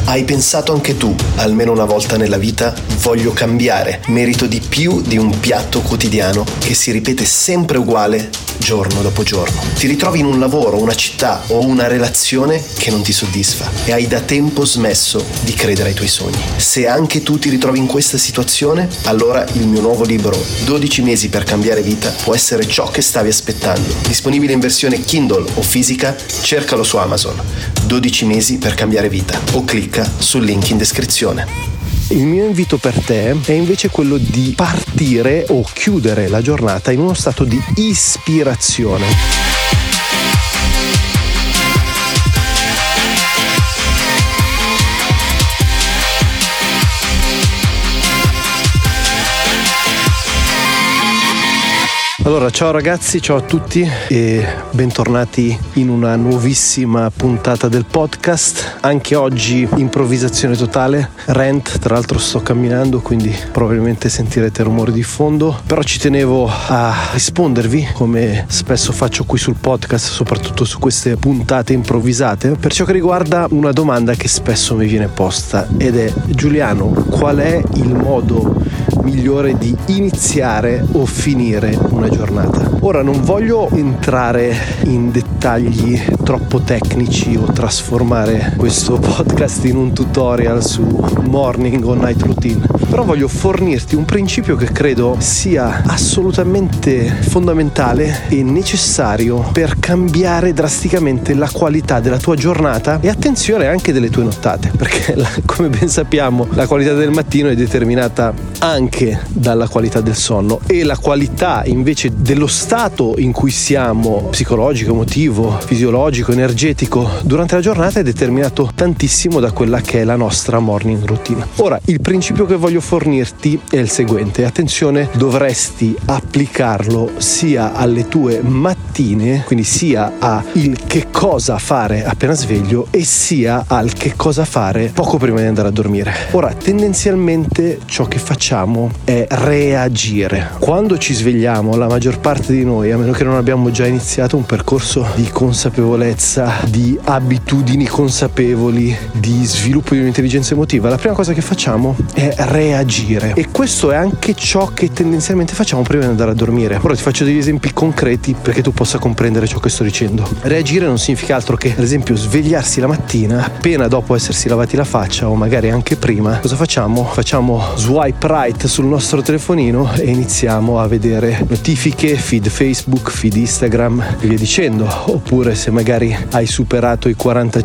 Hai pensato anche tu, almeno una volta nella vita, voglio cambiare, merito di più di un piatto quotidiano che si ripete sempre uguale giorno dopo giorno. Ti ritrovi in un lavoro, una città o una relazione che non ti soddisfa e hai da tempo smesso di credere ai tuoi sogni. Se anche tu ti ritrovi in questa situazione, allora il mio nuovo libro 12 mesi per cambiare vita può essere ciò che stavi aspettando. Disponibile in versione Kindle o fisica, cercalo su Amazon. 12 mesi per cambiare vita o clicca sul link in descrizione. Il mio invito per te è invece quello di partire o chiudere la giornata in uno stato di ispirazione. Allora, ciao ragazzi, ciao a tutti e bentornati in una nuovissima puntata del podcast. Anche oggi improvvisazione totale, rant, tra l'altro sto camminando quindi probabilmente sentirete rumori di fondo, però ci tenevo a rispondervi come spesso faccio qui sul podcast, soprattutto su queste puntate improvvisate, per ciò che riguarda una domanda che spesso mi viene posta ed è: Giuliano, qual è il modo migliore di iniziare o finire una giornata? Ora non voglio entrare in dettagli troppo tecnici o trasformare questo podcast in un tutorial su morning o night routine, però voglio fornirti un principio che credo sia assolutamente fondamentale e necessario per cambiare drasticamente la qualità della tua giornata e attenzione anche delle tue nottate, perché come ben sappiamo la qualità del mattino è determinata anche dalla qualità del sonno e la qualità invece dello stato in cui siamo, psicologico, emotivo, fisiologico, energetico, durante la giornata è determinato tantissimo da quella che è la nostra morning routine. Ora, il principio che voglio fornirti è il seguente: attenzione, dovresti applicarlo sia alle tue mattine, quindi sia a il che cosa fare appena sveglio e sia al che cosa fare poco prima di andare a dormire. Ora, tendenzialmente ciò che facciamo è reagire. Quando ci svegliamo, la maggior parte di noi, a meno che non abbiamo già iniziato un percorso di consapevolezza, di abitudini consapevoli, di sviluppo di un'intelligenza emotiva, la prima cosa che facciamo è reagire, e questo è anche ciò che tendenzialmente facciamo prima di andare a dormire. Ora ti faccio degli esempi concreti perché tu possa comprendere ciò che sto dicendo. Reagire non significa altro che, ad esempio, svegliarsi la mattina appena dopo essersi lavati la faccia o magari anche prima. Cosa facciamo? Facciamo swipe right sul nostro telefonino e iniziamo a vedere notifiche, feed Facebook, feed Instagram e via dicendo. Oppure se magari hai superato i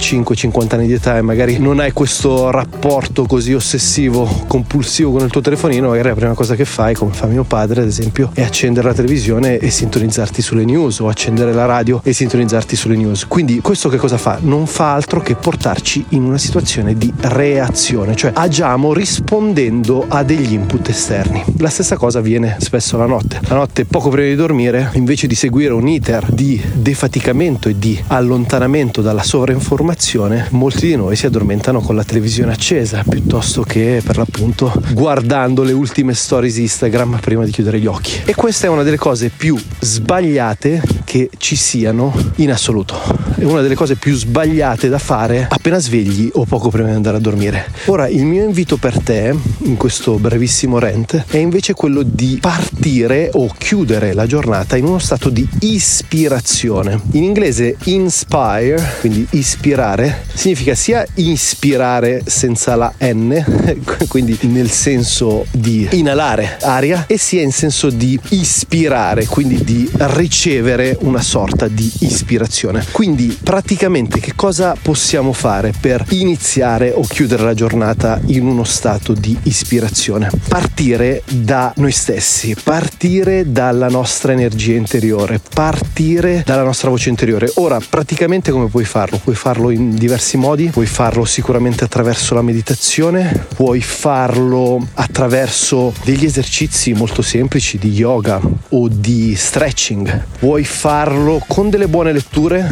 45-50 anni di età e magari non hai questo rapporto così ossessivo compulsivo con il tuo telefonino, magari la prima cosa che fai, come fa mio padre ad esempio, è accendere la televisione e sintonizzarti sulle news, o accendere la radio e sintonizzarti sulle news. Quindi questo che cosa fa? Non fa altro che portarci in una situazione di reazione, cioè agiamo rispondendo a degli input esterni. La stessa cosa avviene spesso la notte. La notte, poco prima di dormire, invece di seguire un iter di defaticamento e di allontanamento dalla sovrainformazione, molti di noi si addormentano con la televisione accesa piuttosto che, per l'appunto, guardando le ultime stories Instagram prima di chiudere gli occhi. E questa è una delle cose più sbagliate che ci siano in assoluto. È una delle cose più sbagliate da fare appena svegli o poco prima di andare a dormire. Ora, il mio invito per te in questo brevissimo rant è invece quello di partire o chiudere la giornata in uno stato di ispirazione. In inglese inspire, quindi ispirare, significa sia ispirare senza la N, quindi nel senso di inalare aria, e sia in senso di ispirare, quindi di ricevere una sorta di ispirazione. Quindi praticamente che cosa possiamo fare per iniziare o chiudere la giornata in uno stato di ispirazione? Partire da noi stessi, partire dalla nostra energia interiore, partire dalla nostra voce interiore. Ora, praticamente come puoi farlo? Puoi farlo in diversi modi. Puoi farlo sicuramente attraverso la meditazione, puoi farlo attraverso degli esercizi molto semplici di yoga o di stretching, puoi farlo con delle buone letture, anche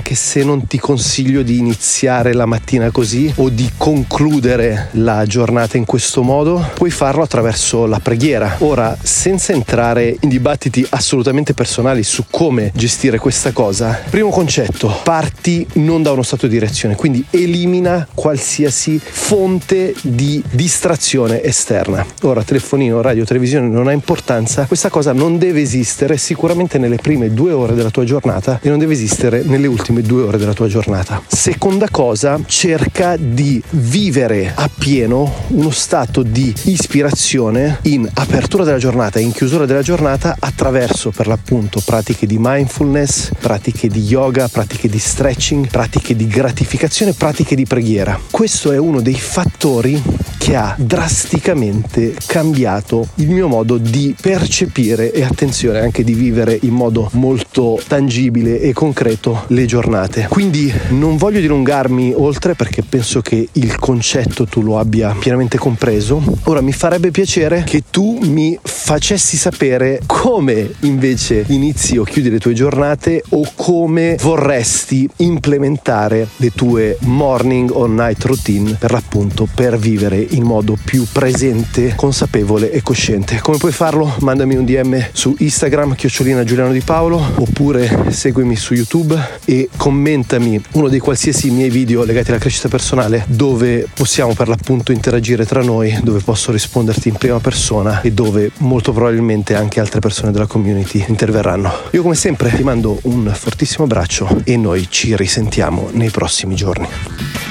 anche se non ti consiglio di iniziare la mattina così o di concludere la giornata in questo modo, puoi farlo attraverso la preghiera. Ora, senza entrare in dibattiti assolutamente personali su come gestire questa cosa, primo concetto, parti non da uno stato di direzione, quindi elimina qualsiasi fonte di distrazione esterna. Ora, telefonino, radio, televisione non ha importanza, questa cosa non deve esistere sicuramente nelle prime 2 ore della tua giornata e non deve esistere nelle ultime 2 ore della tua giornata. Seconda cosa, cerca di vivere appieno uno stato di ispirazione in apertura della giornata e in chiusura della giornata attraverso, per l'appunto, pratiche di mindfulness, pratiche di yoga, pratiche di stretching, pratiche di gratificazione, pratiche di preghiera. Questo è uno dei fattori che ha drasticamente cambiato il mio modo di percepire e, attenzione, anche di vivere in modo molto tangibile e concreto le giornate. Quindi non voglio dilungarmi oltre perché penso che il concetto tu lo abbia pienamente compreso. Ora mi farebbe piacere che tu mi facessi sapere come invece inizi o chiudi le tue giornate o come vorresti implementare le tue morning o night routine, per l'appunto, per vivere in modo più presente, consapevole e cosciente. Come puoi farlo? Mandami un DM su Instagram @Giuliano Di Paolo, oppure seguimi su YouTube e commentami uno dei qualsiasi miei video legati alla crescita personale, dove possiamo per l'appunto interagire tra noi, dove posso risponderti in prima persona e dove molto probabilmente anche altre persone della community interverranno. Io come sempre ti mando un fortissimo abbraccio e noi ci risentiamo nei prossimi giorni.